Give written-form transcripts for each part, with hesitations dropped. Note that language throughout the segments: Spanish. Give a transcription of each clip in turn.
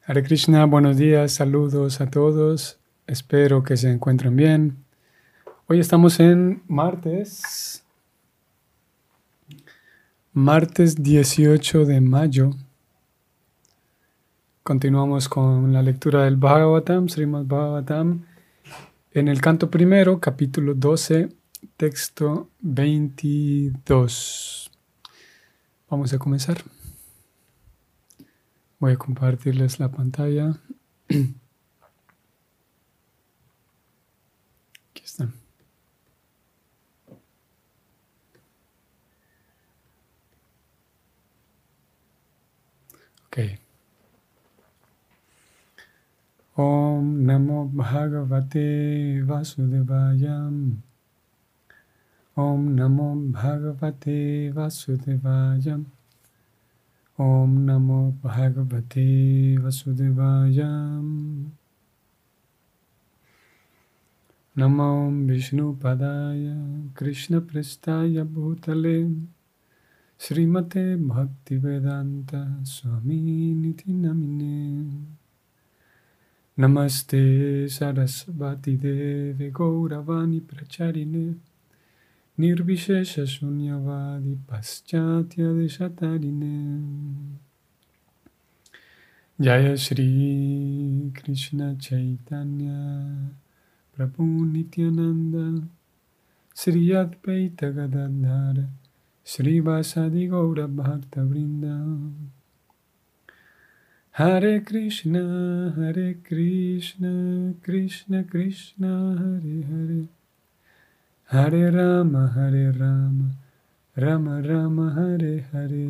Hare Krishna, buenos días, saludos a todos. Espero que se encuentren bien. Hoy estamos en martes 18 de mayo. Continuamos con la lectura del Bhagavatam, Srimad Bhagavatam, en el canto primero, capítulo 12, texto 22. Vamos a comenzar. Voy a compartirles la pantalla. Aquí está. Ok. Om Namo Bhagavate Vasudevaya. Om Namo Bhagavate Vasudevaya. Om Namo Bhagavate Vasudevaya. Namo Vishnu Padaya Krishna Prestaya Bhutale Srimate Bhaktivedanta Swami Niti Namine. Namaste Sarasvati Deve Gauravani Pracharine Nirvishesha Shunyavadi Paschatya Deshatarine. Jaya Shri Krishna Chaitanya Prabhu Nityananda Sri Advaita Gadadhara Sri Vasadi Gaura Bhakta Vrinda. Hare Krishna, Krishna Krishna, Hare Hare, Hare Rama, Rama Rama, Hare Hare.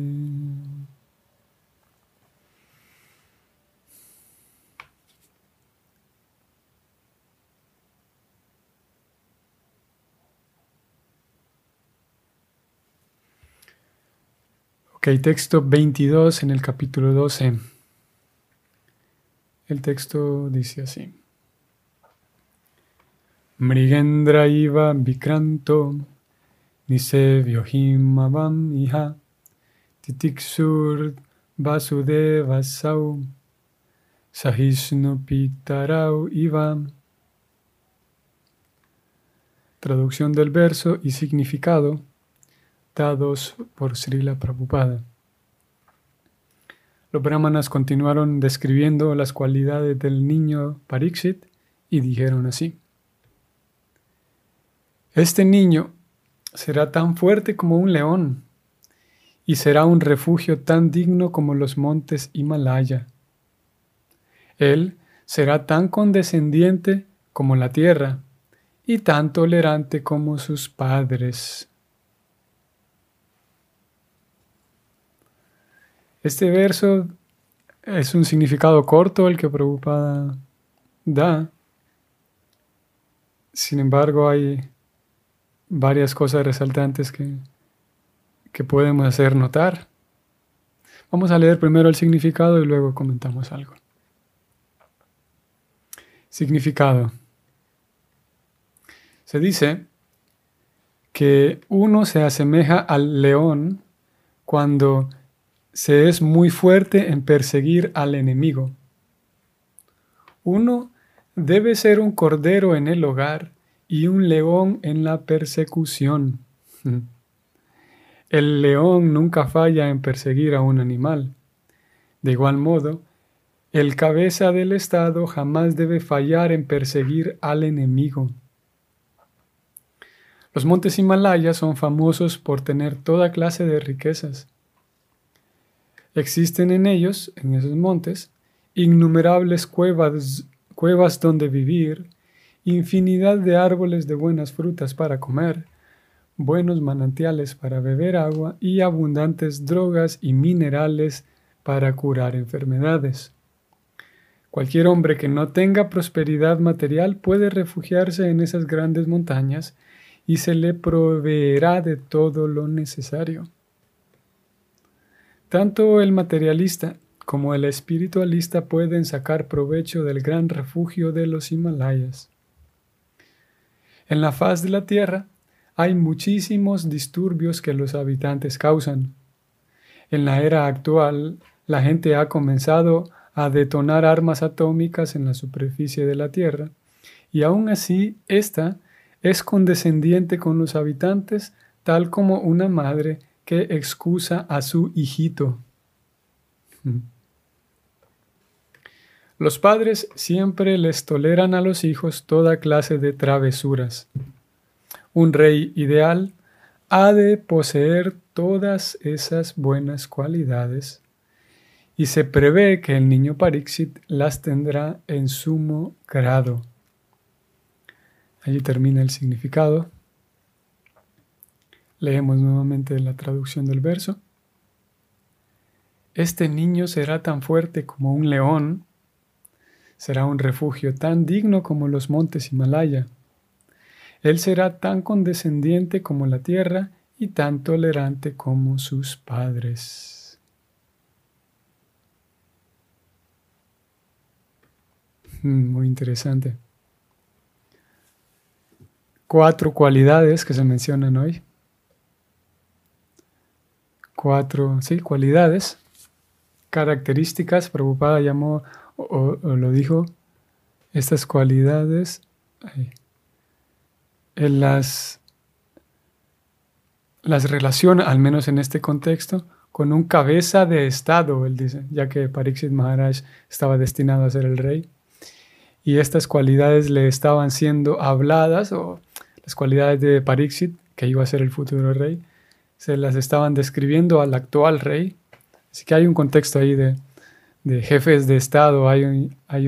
Ok, texto 22 en el capítulo 12. El texto dice así. Mrigendra iva vikranto nisevyo himavam iha titiksur vasudevasau sahisnu pitarau iva. Traducción del verso y significado dados por Srila Prabhupada. Los brahmanas continuaron describiendo las cualidades del niño Parikshit y dijeron así. Este niño será tan fuerte como un león y será un refugio tan digno como los montes Himalaya. Él será tan condescendiente como la tierra y tan tolerante como sus padres. Este verso es un significado corto el que Prabhupada da. Sin embargo, hay varias cosas resaltantes que podemos hacer notar. Vamos a leer primero el significado y luego comentamos algo. Significado. Se dice que uno se asemeja al león cuando se es muy fuerte en perseguir al enemigo. Uno debe ser un cordero en el hogar y un león en la persecución. El león nunca falla en perseguir a un animal. De igual modo, el cabeza del Estado jamás debe fallar en perseguir al enemigo. Los montes Himalaya son famosos por tener toda clase de riquezas. Existen en ellos, en esos montes, innumerables cuevas donde vivir, infinidad de árboles de buenas frutas para comer, buenos manantiales para beber agua y abundantes drogas y minerales para curar enfermedades. Cualquier hombre que no tenga prosperidad material puede refugiarse en esas grandes montañas y se le proveerá de todo lo necesario. Tanto el materialista como el espiritualista pueden sacar provecho del gran refugio de los Himalayas. En la faz de la tierra hay muchísimos disturbios que los habitantes causan. En la era actual, la gente ha comenzado a detonar armas atómicas en la superficie de la Tierra, y aún así ésta es condescendiente con los habitantes, tal como una madre que excusa a su hijito. Los padres siempre les toleran a los hijos toda clase de travesuras. Un rey ideal ha de poseer todas esas buenas cualidades y se prevé que el niño Pariksit las tendrá en sumo grado. Allí termina el significado. Leemos nuevamente la traducción del verso. Este niño será tan fuerte como un león, será un refugio tan digno como los montes Himalaya. Él será tan condescendiente como la tierra y tan tolerante como sus padres. Muy interesante. 4 cualidades que se mencionan hoy. 4, sí, cualidades, características. Prabhupada llamó o lo dijo, estas cualidades él las relaciona, al menos en este contexto, con un cabeza de estado, él dice, ya que Pariksit Maharaj estaba destinado a ser el rey. Y estas cualidades le estaban siendo habladas, o las cualidades de Pariksit, que iba a ser el futuro rey, se las estaban describiendo al actual rey. Así que hay un contexto ahí de jefes de estado, hay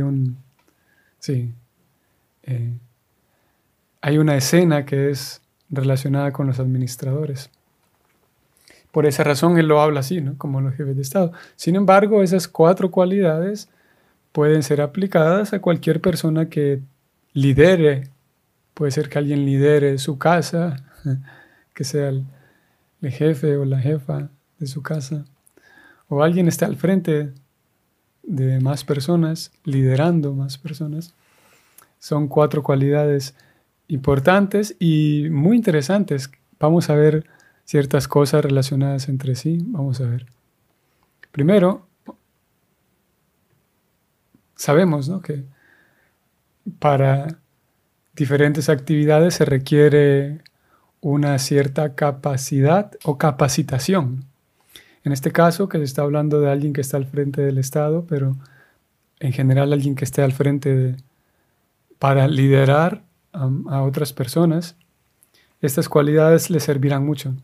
una escena que es relacionada con los administradores. Por esa razón él lo habla así, ¿no? Como los jefes de estado. Sin embargo, esas 4 cualidades pueden ser aplicadas a cualquier persona que lidere. Puede ser que alguien lidere su casa, que sea el jefe o la jefa de su casa. O alguien está al frente de más personas, liderando más personas. Son 4 cualidades importantes y muy interesantes. Vamos a ver ciertas cosas relacionadas entre sí. Vamos a ver. Primero, sabemos, ¿no?, que para diferentes actividades se requiere una cierta capacidad o capacitación. En este caso, que se está hablando de alguien que está al frente del Estado, pero en general alguien que esté al frente para liderar a otras personas, estas cualidades le servirán mucho.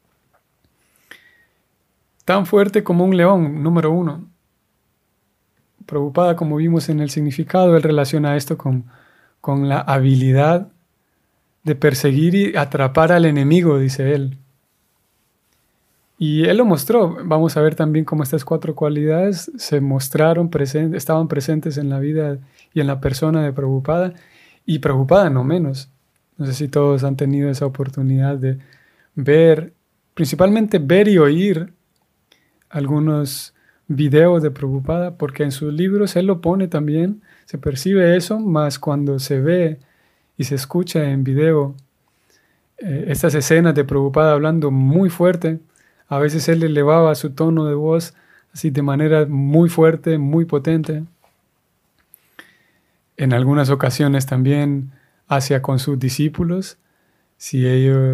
Tan fuerte como un león, número 1. Prabhupada, como vimos en el significado, él relaciona esto con la habilidad de perseguir y atrapar al enemigo, dice él. Y él lo mostró. Vamos a ver también cómo estas 4 cualidades se mostraron estaban presentes en la vida y en la persona de Prabhupada, y Prabhupada no menos. No sé si todos han tenido esa oportunidad de ver, principalmente ver y oír algunos videos de Prabhupada, porque en sus libros él lo pone también, se percibe eso, más cuando se ve y se escucha en video estas escenas de Prabhupada hablando muy fuerte. A veces él elevaba su tono de voz así de manera muy fuerte, muy potente. En algunas ocasiones también hacia con sus discípulos, si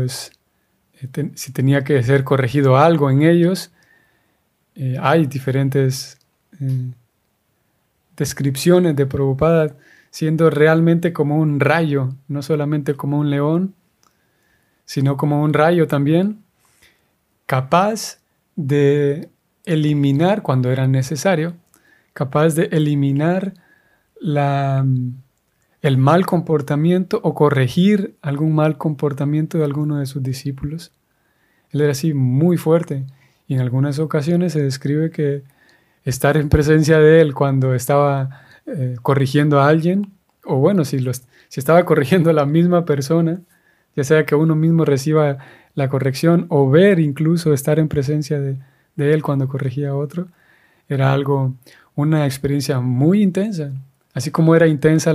tenía que ser corregido algo en ellos. Hay diferentes descripciones de Prabhupada siendo realmente como un rayo, no solamente como un león, sino como un rayo también, capaz de eliminar, cuando era necesario, capaz de eliminar el mal comportamiento o corregir algún mal comportamiento de alguno de sus discípulos. Él era así muy fuerte, y en algunas ocasiones se describe que estar en presencia de él cuando estaba corrigiendo a alguien, o bueno, si estaba corrigiendo a la misma persona, ya sea que uno mismo reciba la corrección o ver incluso estar en presencia de él cuando corregía a otro, era una experiencia muy intensa. Así como era intensa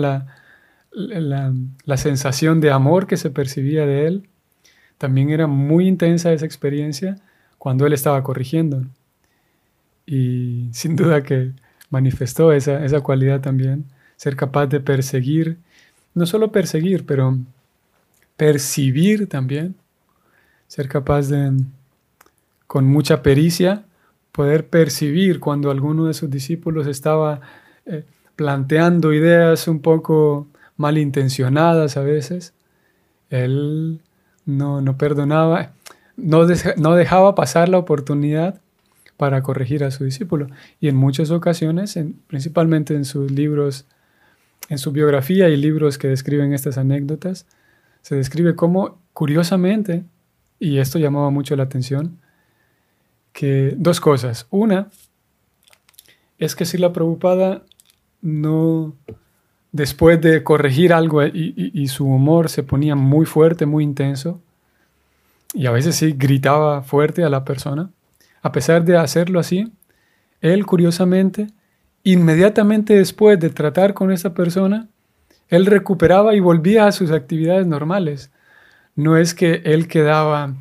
la sensación de amor que se percibía de él, también era muy intensa esa experiencia cuando él estaba corrigiendo. Y sin duda que manifestó esa cualidad también, ser capaz de perseguir, no solo perseguir, pero percibir también, ser capaz de, con mucha pericia, poder percibir cuando alguno de sus discípulos estaba planteando ideas un poco malintencionadas a veces. Él no perdonaba, no dejaba pasar la oportunidad para corregir a su discípulo. Y en muchas ocasiones, principalmente en sus libros, en su biografía y libros que describen estas anécdotas, se describe cómo, curiosamente, y esto llamaba mucho la atención, que dos cosas. Una es que Srila Prabhupada no, después de corregir algo y su humor se ponía muy fuerte, muy intenso, y a veces sí gritaba fuerte a la persona, a pesar de hacerlo así, él curiosamente, inmediatamente después de tratar con esa persona, él recuperaba y volvía a sus actividades normales. No es que él quedaba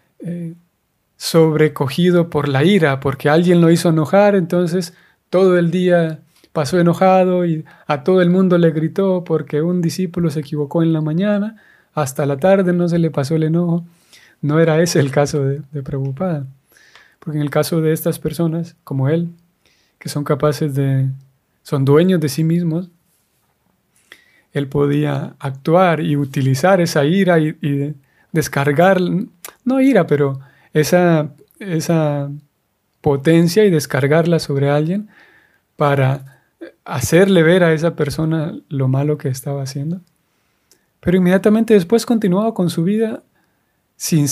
sobrecogido por la ira, porque alguien lo hizo enojar, entonces todo el día pasó enojado y a todo el mundo le gritó porque un discípulo se equivocó en la mañana, hasta la tarde no se le pasó el enojo. No era ese el caso de Prabhupada, porque en el caso de estas personas, como él, que son capaces son dueños de sí mismos, él podía actuar y utilizar esa ira y descargar, no ira, pero esa potencia y descargarla sobre alguien para hacerle ver a esa persona lo malo que estaba haciendo. Pero inmediatamente después continuaba con su vida sin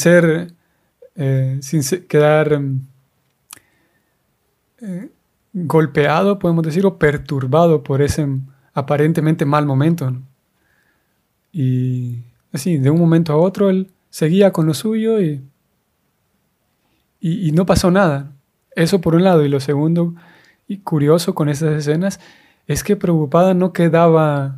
quedar golpeado, podemos decir, o perturbado por ese aparentemente mal momento, ¿no? Y así, de un momento a otro, él seguía con lo suyo y no pasó nada. Eso por un lado. Y lo segundo, y curioso con estas escenas, es que Prabhupada no quedaba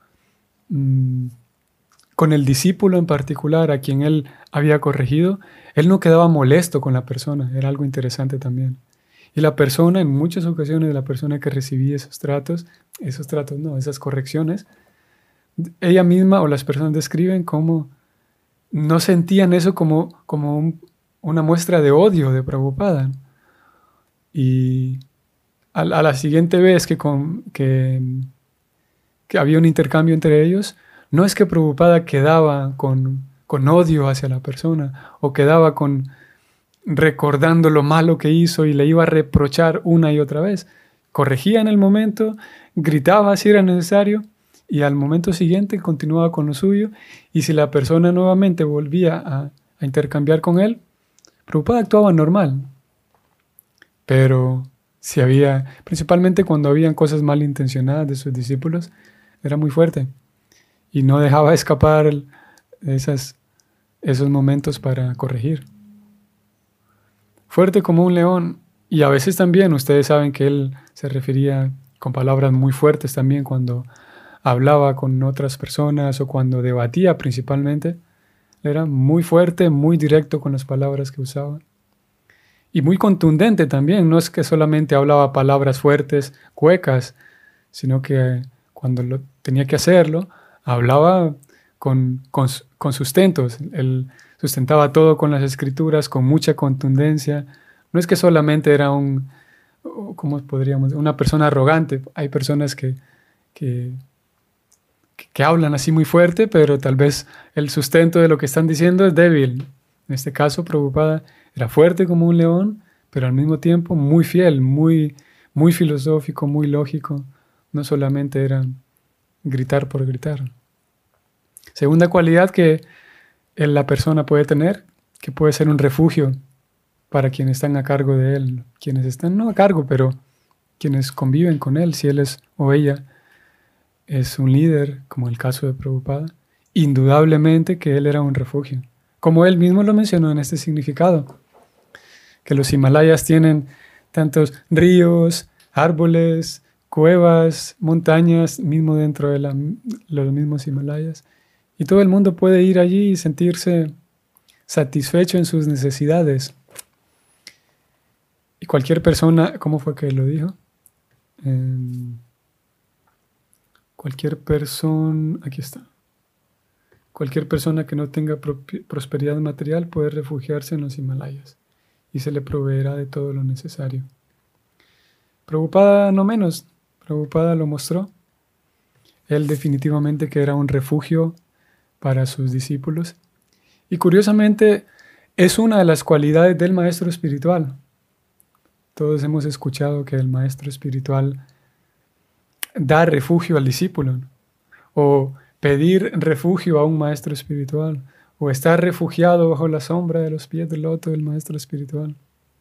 con el discípulo en particular a quien él había corregido, él no quedaba molesto con la persona. Era algo interesante también. Y la persona, en muchas ocasiones, la persona que recibía esas correcciones, ella misma o las personas describen cómo no sentían eso como una muestra de odio de Prabhupada. Y a la siguiente vez que había un intercambio entre ellos, no es que Prabhupada quedaba con odio hacia la persona o quedaba recordando lo malo que hizo y le iba a reprochar una y otra vez. Corregía en el momento, gritaba si era necesario y al momento siguiente continuaba con lo suyo, y si la persona nuevamente volvía a intercambiar con él, Prabhupada actuaba normal. Pero si principalmente cuando habían cosas malintencionadas de sus discípulos, era muy fuerte y no dejaba escapar esos momentos para corregir. Fuerte como un león, y a veces también ustedes saben que él se refería con palabras muy fuertes también cuando hablaba con otras personas o cuando debatía principalmente. Era muy fuerte, muy directo con las palabras que usaba. Y muy contundente también, no es que solamente hablaba palabras fuertes, huecas, sino que cuando tenía que hacerlo, hablaba con sustentos. Él sustentaba todo con las escrituras, con mucha contundencia. No es que solamente era una persona arrogante. Hay personas que hablan así muy fuerte, pero tal vez el sustento de lo que están diciendo es débil. En este caso, Prabhupada era fuerte como un león, pero al mismo tiempo muy fiel, muy, muy filosófico, muy lógico. No solamente era gritar por gritar. Segunda cualidad que la persona puede tener, que puede ser un refugio para quienes están a cargo de él, quienes están no a cargo, pero quienes conviven con él, si él o ella es un líder, como el caso de Prabhupada, indudablemente que él era un refugio. Como él mismo lo mencionó en este significado, que los Himalayas tienen tantos ríos, árboles, cuevas, montañas, mismo dentro de los mismos Himalayas. Y todo el mundo puede ir allí y sentirse satisfecho en sus necesidades. Y cualquier persona, ¿cómo fue que lo dijo? Cualquier persona, aquí está. Cualquier persona que no tenga prosperidad material puede refugiarse en los Himalayas y se le proveerá de todo lo necesario. Prabhupada no menos, Prabhupada lo mostró. Él definitivamente que era un refugio para sus discípulos. Y curiosamente es una de las cualidades del maestro espiritual. Todos hemos escuchado que el maestro espiritual da refugio al discípulo, ¿no? O pedir refugio a un maestro espiritual, o estar refugiado bajo la sombra de los pies del loto del maestro espiritual.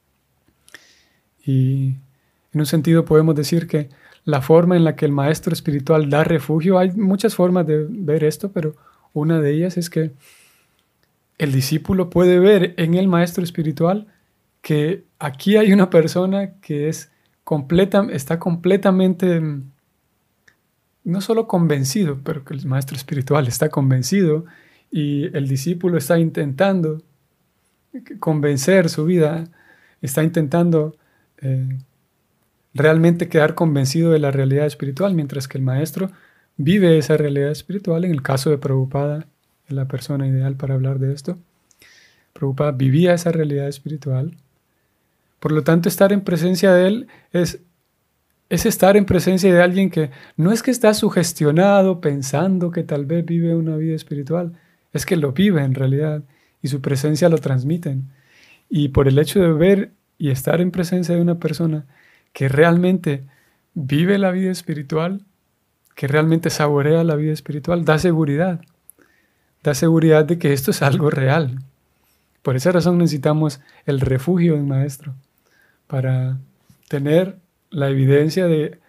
Y en un sentido podemos decir que la forma en la que el maestro espiritual da refugio, hay muchas formas de ver esto, pero una de ellas es que el discípulo puede ver en el maestro espiritual que aquí hay una persona que está completamente, no solo convencido, pero que el maestro espiritual está convencido y el discípulo está intentando convencer su vida, está intentando realmente quedar convencido de la realidad espiritual, mientras que el maestro vive esa realidad espiritual. En el caso de Prabhupada, es la persona ideal para hablar de esto. Prabhupada vivía esa realidad espiritual. Por lo tanto, estar en presencia de él es estar en presencia de alguien que no es que está sugestionado pensando que tal vez vive una vida espiritual, es que lo vive en realidad y su presencia lo transmiten. Y por el hecho de ver y estar en presencia de una persona que realmente vive la vida espiritual, que realmente saborea la vida espiritual, da seguridad de que esto es algo real. Por esa razón necesitamos el refugio del maestro, para tener la evidencia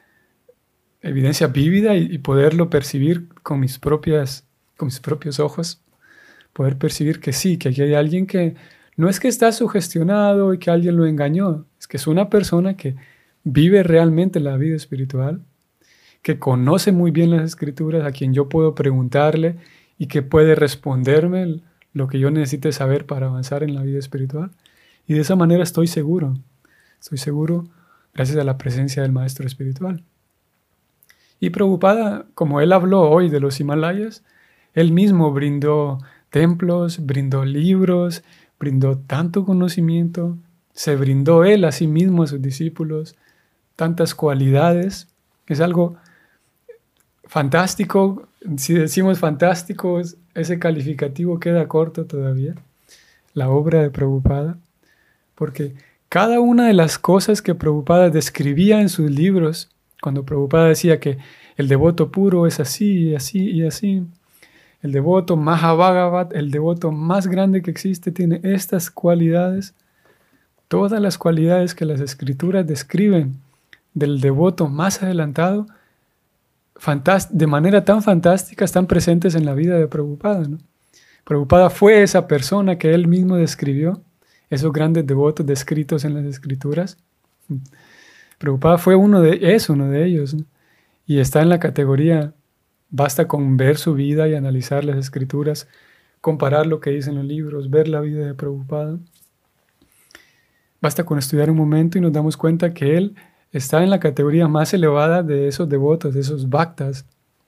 vívida y poderlo percibir con mis propios ojos, poder percibir que sí, que aquí hay alguien que no es que está sugestionado y que alguien lo engañó, es que es una persona que vive realmente la vida espiritual, que conoce muy bien las escrituras, a quien yo puedo preguntarle y que puede responderme lo que yo necesite saber para avanzar en la vida espiritual. Y de esa manera estoy seguro gracias a la presencia del maestro espiritual. Y Prabhupada, como él habló hoy de los Himalayas, él mismo brindó templos, brindó libros, brindó tanto conocimiento, se brindó él a sí mismo a sus discípulos, tantas cualidades. Es algo fantástico. Si decimos fantástico, ese calificativo queda corto todavía, la obra de Prabhupada, porque cada una de las cosas que Prabhupada describía en sus libros, cuando Prabhupada decía que el devoto puro es así y así y así, el devoto Mahabhagavat, el devoto más grande que existe, tiene estas cualidades, todas las cualidades que las escrituras describen del devoto más adelantado, de manera tan fantástica, están presentes en la vida de Prabhupada, ¿no? Prabhupada fue esa persona que él mismo describió, esos grandes devotos descritos en las escrituras. Prabhupada fue uno de ellos, ¿no? Y está en la categoría, basta con ver su vida y analizar las escrituras, comparar lo que dicen los libros, ver la vida de Prabhupada. Basta con estudiar un momento y nos damos cuenta que él está en la categoría más elevada de esos devotos, de esos bhaktas.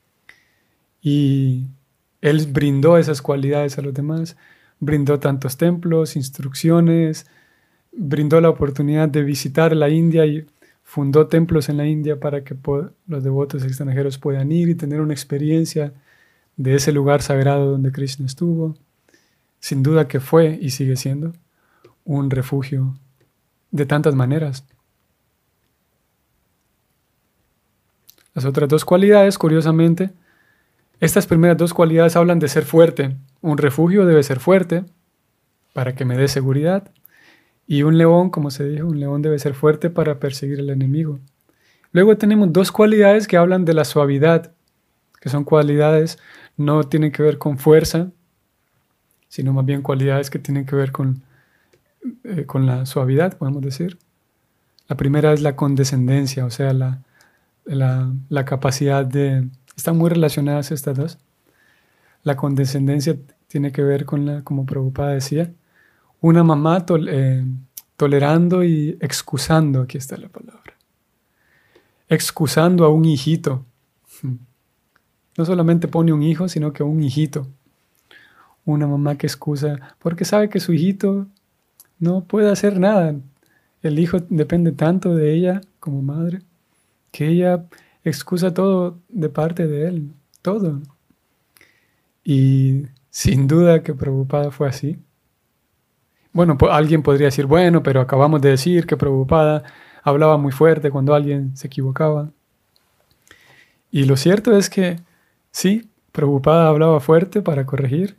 Y él brindó esas cualidades a los demás, brindó tantos templos, instrucciones, brindó la oportunidad de visitar la India y fundó templos en la India para que los devotos extranjeros puedan ir y tener una experiencia de ese lugar sagrado donde Krishna estuvo. Sin duda que fue y sigue siendo un refugio de tantas maneras. Las otras dos cualidades, curiosamente, estas primeras dos cualidades hablan de ser fuerte. Un refugio debe ser fuerte para que me dé seguridad. Y un león, como se dijo, un león debe ser fuerte para perseguir al enemigo. Luego tenemos dos cualidades que hablan de la suavidad, que son cualidades, no tienen que ver con fuerza, sino más bien cualidades que tienen que ver con la suavidad, podemos decir. La primera es la condescendencia, o sea, la capacidad de... Están muy relacionadas estas dos. La condescendencia tiene que ver con como Prabhupada decía, una mamá tolerando y excusando, aquí está la palabra. excusando a un hijito. No solamente pone un hijo, sino que un hijito. Una mamá que excusa porque sabe que su hijito no puede hacer nada. El hijo depende tanto de ella como madre que ella excusa todo de parte de él. Todo. Y sin duda que Prabhupada fue así. Bueno, alguien podría decir, bueno, pero acabamos de decir que Prabhupada hablaba muy fuerte cuando alguien se equivocaba. Y lo cierto es que sí, Prabhupada hablaba fuerte para corregir,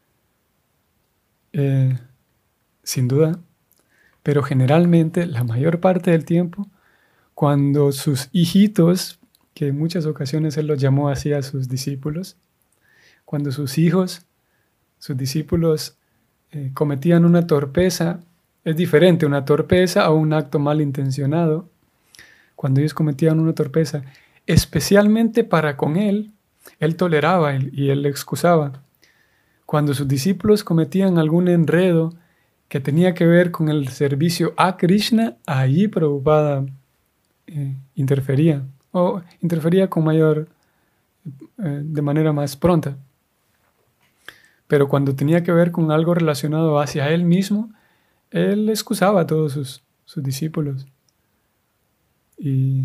eh, sin duda, pero generalmente, la mayor parte del tiempo, cuando sus hijitos, que en muchas ocasiones él los llamó así a sus discípulos, cuando sus hijos, sus discípulos, cometían una torpeza, es diferente una torpeza a un acto malintencionado. Cuando ellos cometían una torpeza, especialmente para con él toleraba y él le excusaba. Cuando sus discípulos cometían algún enredo que tenía que ver con el servicio a Krishna, allí Prabhupada interfería, o interfería con de manera más pronta. Pero cuando tenía que ver con algo relacionado hacia él mismo, él excusaba a todos sus discípulos. Y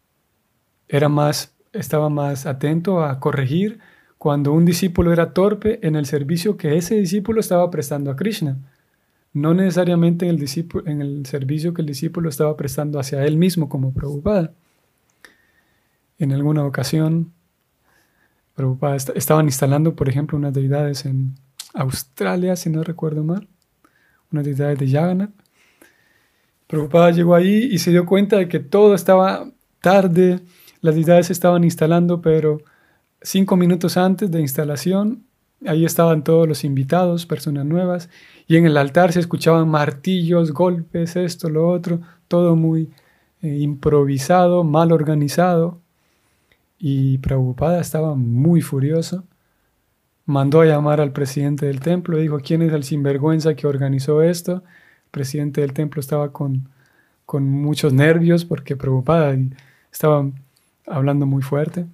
estaba más atento a corregir cuando un discípulo era torpe en el servicio que ese discípulo estaba prestando a Krishna, no necesariamente en el servicio que el discípulo estaba prestando hacia él mismo como Prabhupada. En alguna ocasión, Prabhupada estaban instalando, por ejemplo, unas deidades en Australia, si no recuerdo mal, unas deidades de Jagannath. Prabhupada llegó ahí y se dio cuenta de que todo estaba tarde, las deidades se estaban instalando, pero 5 minutos antes de instalación, ahí estaban todos los invitados, personas nuevas, y en el altar se escuchaban martillos, golpes, esto, lo otro, todo muy improvisado, mal organizado. Y Prabhupada estaba muy furioso. Mandó a llamar al presidente del templo y dijo, ¿quién es el sinvergüenza que organizó esto? El presidente del templo estaba con muchos nervios porque Prabhupada estaba hablando muy fuerte.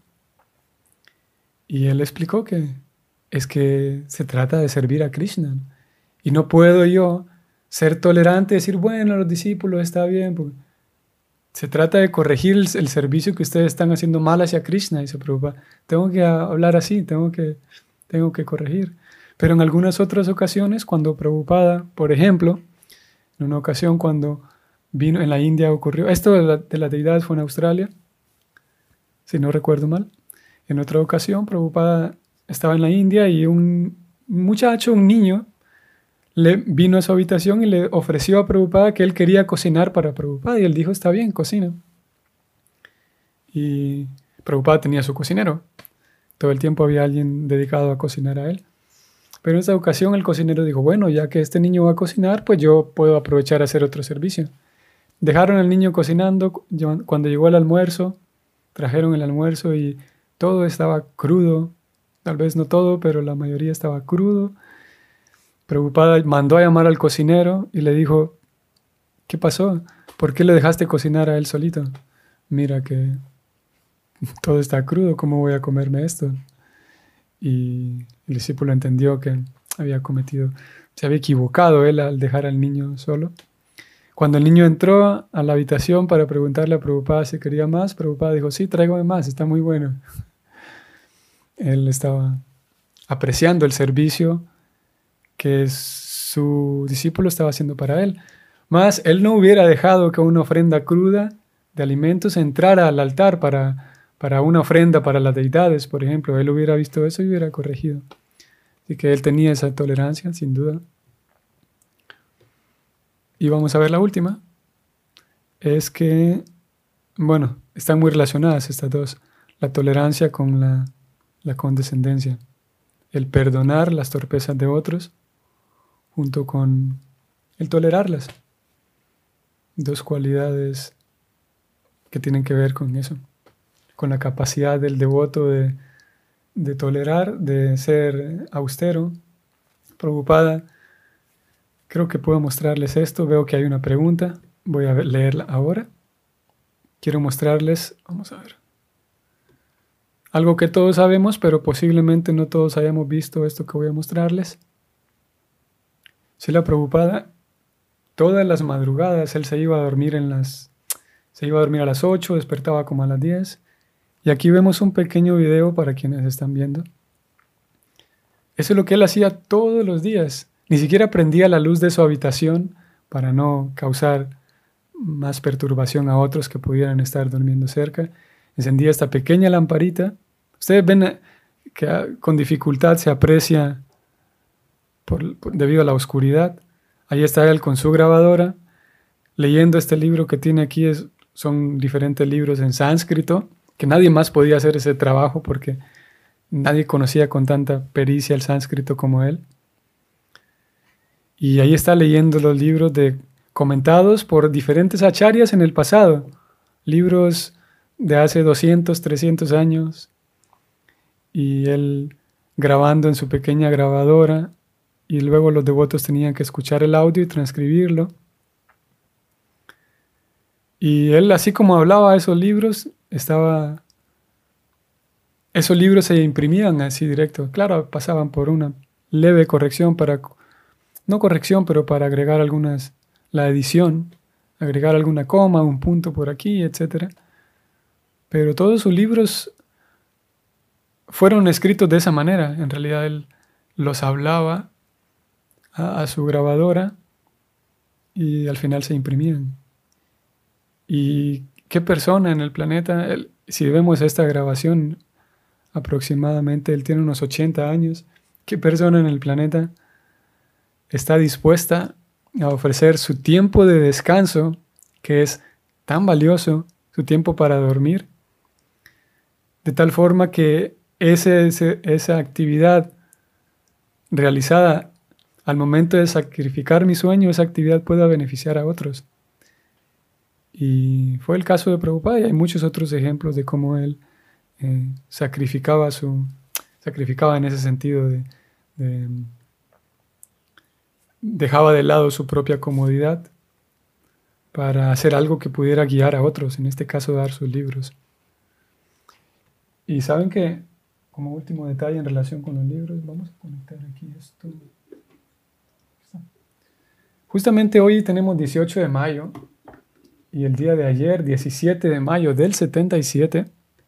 Y él explicó que es que se trata de servir a Krishna. Y no puedo yo ser tolerante y decir, bueno, los discípulos está bien. Porque se trata de corregir el servicio que ustedes están haciendo mal hacia Krishna. Dice Prabhupada, tengo que hablar así, tengo que corregir. Pero en algunas otras ocasiones, cuando Prabhupada, por ejemplo, en una ocasión cuando vino en la India ocurrió, esto de las deidades fue en Australia, si no recuerdo mal. En otra ocasión, Prabhupada estaba en la India y un muchacho, un niño, le vino a su habitación y le ofreció a Prabhupada que él quería cocinar para Prabhupada. Y él dijo, está bien, cocina. Y Prabhupada tenía su cocinero. Todo el tiempo había alguien dedicado a cocinar a él. Pero en esta ocasión el cocinero dijo, bueno, ya que este niño va a cocinar, pues yo puedo aprovechar a hacer otro servicio. Dejaron al niño cocinando. Cuando llegó el almuerzo, trajeron el almuerzo y todo estaba crudo. Tal vez no todo, pero la mayoría estaba crudo. Prabhupada mandó a llamar al cocinero y le dijo, ¿qué pasó? ¿Por qué le dejaste cocinar a él solito? Mira que todo está crudo, ¿cómo voy a comerme esto? Y el discípulo entendió que se había equivocado él al dejar al niño solo. Cuando el niño entró a la habitación para preguntarle a Prabhupada si quería más, Prabhupada dijo, sí, tráigame más, está muy bueno. Él estaba apreciando el servicio que su discípulo estaba haciendo para él. Mas él no hubiera dejado que una ofrenda cruda de alimentos entrara al altar para una ofrenda para las deidades, por ejemplo. Él hubiera visto eso y hubiera corregido. Así que él tenía esa tolerancia, sin duda. Y vamos a ver la última. Es que, bueno, están muy relacionadas estas dos. La tolerancia con la condescendencia. El perdonar las torpezas de otros junto con el tolerarlas. Dos cualidades que tienen que ver con eso, con la capacidad del devoto de tolerar, de ser austero. Prabhupada, creo que puedo mostrarles esto. Veo que hay una pregunta. Voy a leerla ahora. quiero mostrarles, vamos a ver, algo que todos sabemos, pero posiblemente no todos hayamos visto esto que voy a mostrarles. Srila Prabhupada, todas las madrugadas él se iba a dormir a las 8, despertaba como a las 10. Y aquí vemos un pequeño video para quienes están viendo. Eso es lo que él hacía todos los días. Ni siquiera prendía la luz de su habitación para no causar más perturbación a otros que pudieran estar durmiendo cerca. Encendía esta pequeña lamparita. Ustedes ven que con dificultad se aprecia debido a la oscuridad. Ahí está él con su grabadora, leyendo este libro que tiene aquí. Son diferentes libros en sánscrito, que nadie más podía hacer ese trabajo porque nadie conocía con tanta pericia el sánscrito como él. Y ahí está leyendo los libros comentados por diferentes acharyas en el pasado. Libros de hace 200, 300 años. Y él grabando en su pequeña grabadora. Y luego los devotos tenían que escuchar el audio y transcribirlo. Y él, así como hablaba esos libros, esos libros se imprimían así directo. Claro, pasaban por una leve corrección no corrección, pero para agregar la edición, agregar alguna coma, un punto por aquí, etc. Pero todos sus libros fueron escritos de esa manera. En realidad él los hablaba a su grabadora y al final se imprimían. ¿Y qué persona en el planeta? Si vemos esta grabación, aproximadamente él tiene unos 80 años. ¿Qué persona en el planeta está dispuesta a ofrecer su tiempo de descanso, que es tan valioso, su tiempo para dormir, de tal forma que esa actividad realizada al momento de sacrificar mi sueño, esa actividad pueda beneficiar a otros? Y fue el caso de Prabhupada, y hay muchos otros ejemplos de cómo él sacrificaba en ese sentido dejaba de lado su propia comodidad para hacer algo que pudiera guiar a otros, en este caso dar sus libros. Y saben que, como último detalle en relación con los libros, vamos a conectar aquí esto. Justamente hoy tenemos 18 de mayo y el día de ayer, 17 de mayo del 77,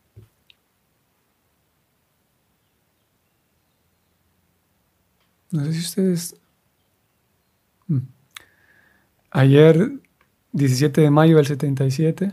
no sé si ustedes... Ayer, 17 de mayo del 77,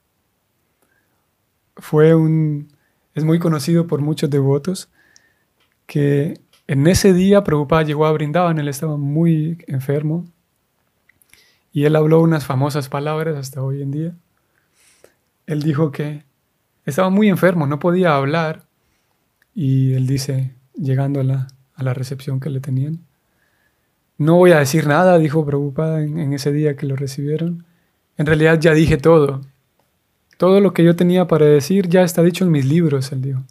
es muy conocido por muchos devotos que en ese día Prabhupada llegó a Vrindavan. Él estaba muy enfermo y él habló unas famosas palabras hasta hoy en día. Él dijo que estaba muy enfermo, no podía hablar, y él dice, llegando a la recepción que le tenían, no voy a decir nada, dijo Prabhupada en ese día que lo recibieron. En realidad ya dije todo. Todo lo que yo tenía para decir ya está dicho en mis libros, él dijo.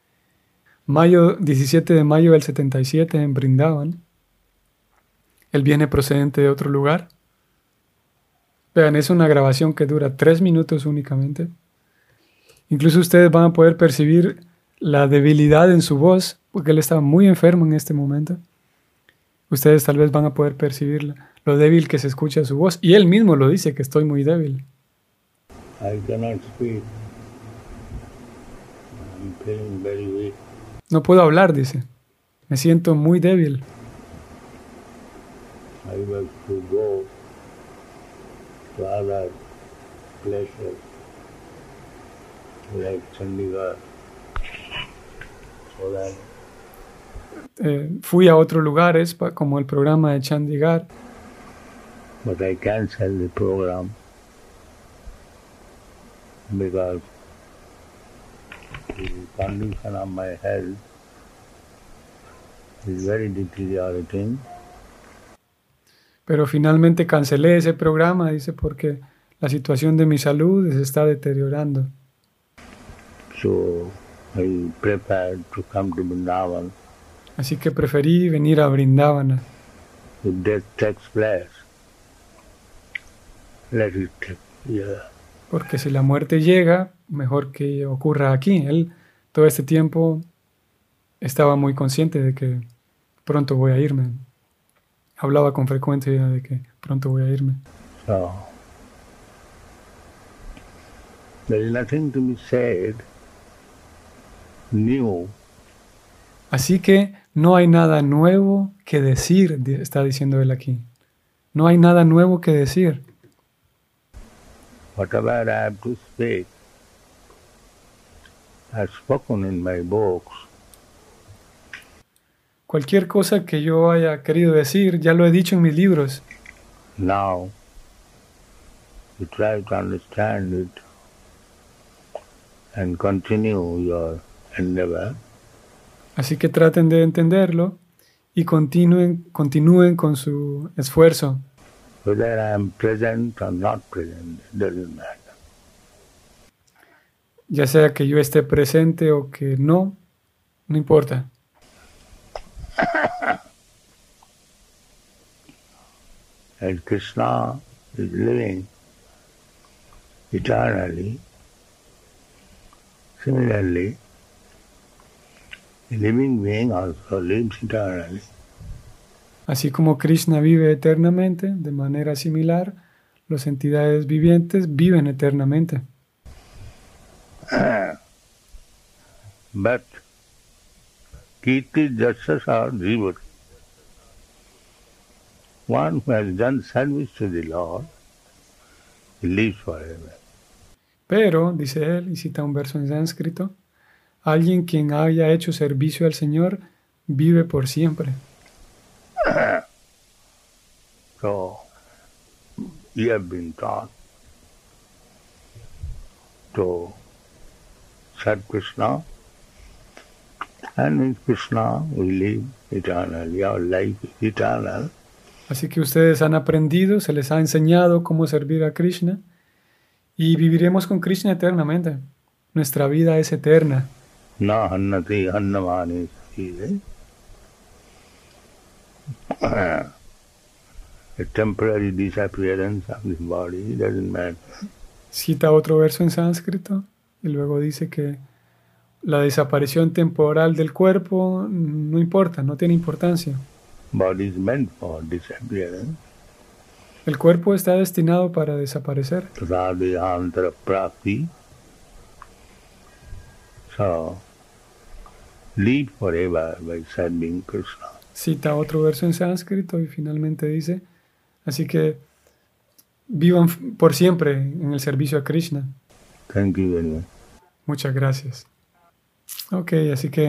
17 de mayo del 77 en Vrindavan. Él viene procedente de otro lugar. Vean, es una grabación que dura 3 minutos únicamente. Incluso ustedes van a poder percibir la debilidad en su voz, porque él estaba muy enfermo en este momento. Ustedes tal vez van a poder percibir lo débil que se escucha su voz. Y él mismo lo dice, que estoy muy débil. I cannot speak. I'm feeling very weak. No puedo hablar, dice. Me siento muy débil. I want to go to other places like Chandigarh, so that fui a otros lugares, como el programa de Chandigarh. but I cancelled the program because the condition of my health is very deteriorating. Pero finalmente cancelé ese programa, dice, porque la situación de mi salud se está deteriorando. So I prepared to come to Vrindavan. Así que preferí venir a Vrindavana. If death takes place, let it take. Yeah. porque si la muerte llega, mejor que ocurra aquí. Él todo este tiempo estaba muy consciente de que pronto voy a irme. Hablaba con frecuencia de que pronto voy a irme. So, there is nothing to be said new. Así que no hay nada nuevo que decir, está diciendo él aquí. No hay nada nuevo que decir. Whatever I have to speak, I have spoken in my books. Cualquier cosa que yo haya querido decir, ya lo he dicho en mis libros. Now, you try to understand it and continue your endeavor. Así que traten de entenderlo y continúen con su esfuerzo. Whether I am present or not present, it doesn't matter. Ya sea que yo esté presente o que no, no importa. And Krishna is living eternally. Similarly, a living being also lives eternally. Así como Krishna vive eternamente, de manera similar, las entidades vivientes viven eternamente. But Kirti Jasasa Jivat, one who has done service to the Lord, he lives forever. Pero, dice él, y cita un verso en sánscrito, alguien quien haya hecho servicio al Señor vive por siempre. So, you have been taught to serve Krishna, and with Krishna we live eternally. Our life is eternal. Así que ustedes han aprendido, se les ha enseñado cómo servir a Krishna y viviremos con Krishna eternamente. Nuestra vida es eterna. Na hannati hannamani sire. A temporary disappearance of this body doesn't matter. Cita otro verso en sánscrito y luego dice que la desaparición temporal del cuerpo no importa, no tiene importancia. Body is meant for disappearance. El cuerpo está destinado para desaparecer. Tadadihantara prapti. So, live forever by serving Krishna. Cita otro verso en sánscrito y finalmente dice, así que vivan por siempre en el servicio a Krishna. Thank you very much. Muchas gracias. Ok, así que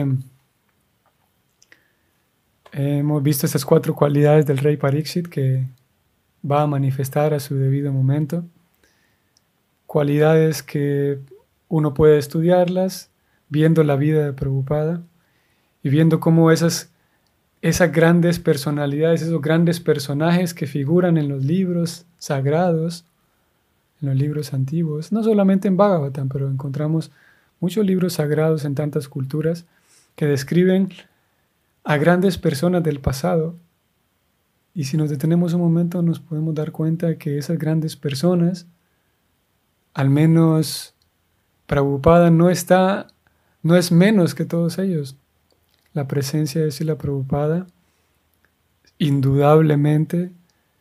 hemos visto estas 4 cualidades del rey Pariksit que va a manifestar a su debido momento. Cualidades que uno puede estudiarlas viendo la vida de Prabhupada y viendo cómo esas grandes personalidades, esos grandes personajes que figuran en los libros sagrados, en los libros antiguos, no solamente en Bhagavatam, pero encontramos muchos libros sagrados en tantas culturas que describen a grandes personas del pasado. Y si nos detenemos un momento nos podemos dar cuenta de que esas grandes personas, al menos Prabhupada no es menos que todos ellos. La presencia de Srila Prabhupada indudablemente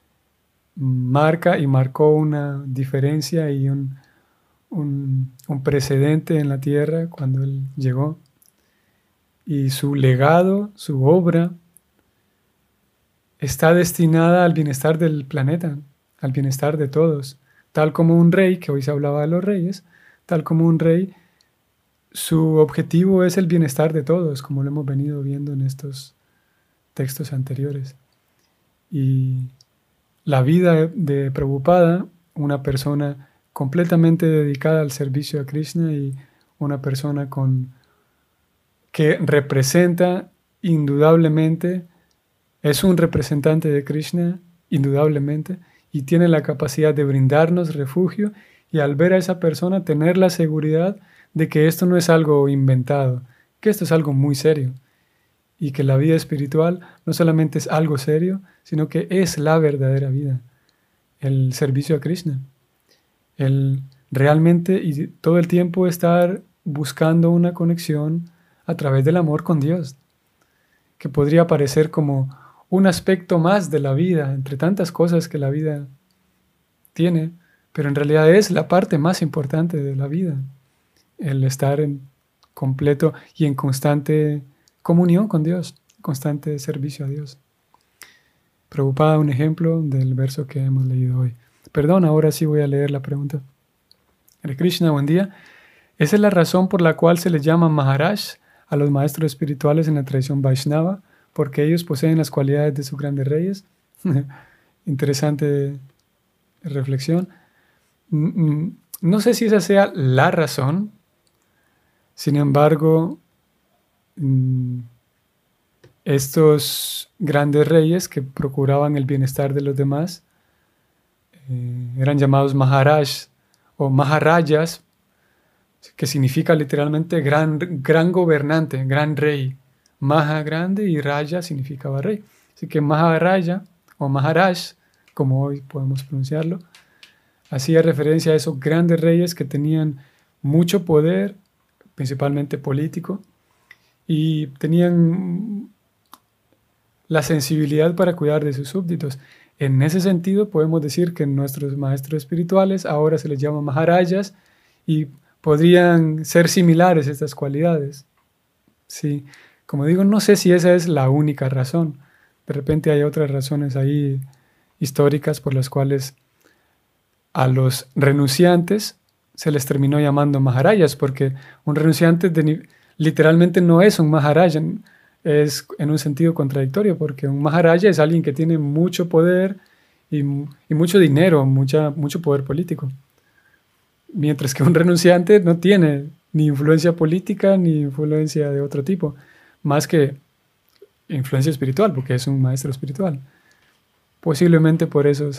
marcó una diferencia y un precedente en la tierra cuando él llegó. Y su legado, su obra, está destinada al bienestar del planeta, al bienestar de todos. Tal como un rey, que hoy se hablaba de los reyes, tal como un rey, su objetivo es el bienestar de todos, como lo hemos venido viendo en estos textos anteriores. Y la vida de Prabhupada, una persona completamente dedicada al servicio a Krishna y una persona que representa indudablemente, es un representante de Krishna, indudablemente, y tiene la capacidad de brindarnos refugio y al ver a esa persona tener la seguridad de que esto no es algo inventado, que esto es algo muy serio y que la vida espiritual no solamente es algo serio, sino que es la verdadera vida, el servicio a Krishna, el realmente y todo el tiempo estar buscando una conexión a través del amor con Dios, que podría parecer como un aspecto más de la vida, entre tantas cosas que la vida tiene, pero en realidad es la parte más importante de la vida, el estar en completo y en constante comunión con Dios, constante servicio a Dios. Prabhupada, un ejemplo del verso que hemos leído hoy. Perdón, ahora sí voy a leer la pregunta. Hare Krishna, buen día. Esa es la razón por la cual se les llama Maharaj a los maestros espirituales en la tradición Vaishnava, porque ellos poseen las cualidades de sus grandes reyes. Interesante reflexión. No sé si esa sea la razón, sin embargo, estos grandes reyes que procuraban el bienestar de los demás eran llamados Maharaj o Maharajas, que significa literalmente gran gobernante, gran rey. Maha grande y Raja significaba rey. Así que Maharaja o Maharaj, como hoy podemos pronunciarlo, hacía referencia a esos grandes reyes que tenían mucho poder, principalmente político, y tenían la sensibilidad para cuidar de sus súbditos. En ese sentido, podemos decir que nuestros maestros espirituales ahora se les llama Maharajas y podrían ser similares estas cualidades. Sí, como digo, no sé si esa es la única razón. De repente hay otras razones ahí históricas por las cuales a los renunciantes se les terminó llamando Maharajas, porque un renunciante literalmente no es un Maharaja, es en un sentido contradictorio, porque un Maharaja es alguien que tiene mucho poder y mucho dinero, mucho poder político. Mientras que un renunciante no tiene ni influencia política ni influencia de otro tipo, más que influencia espiritual, porque es un maestro espiritual. Posiblemente por eso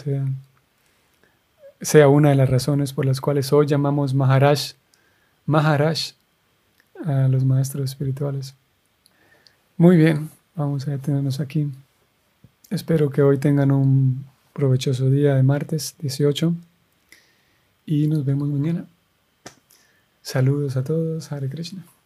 sea una de las razones por las cuales hoy llamamos Maharaj a los maestros espirituales. Muy bien, vamos a detenernos aquí. Espero que hoy tengan un provechoso día de martes 18 y nos vemos mañana. Saludos a todos, Hare Krishna.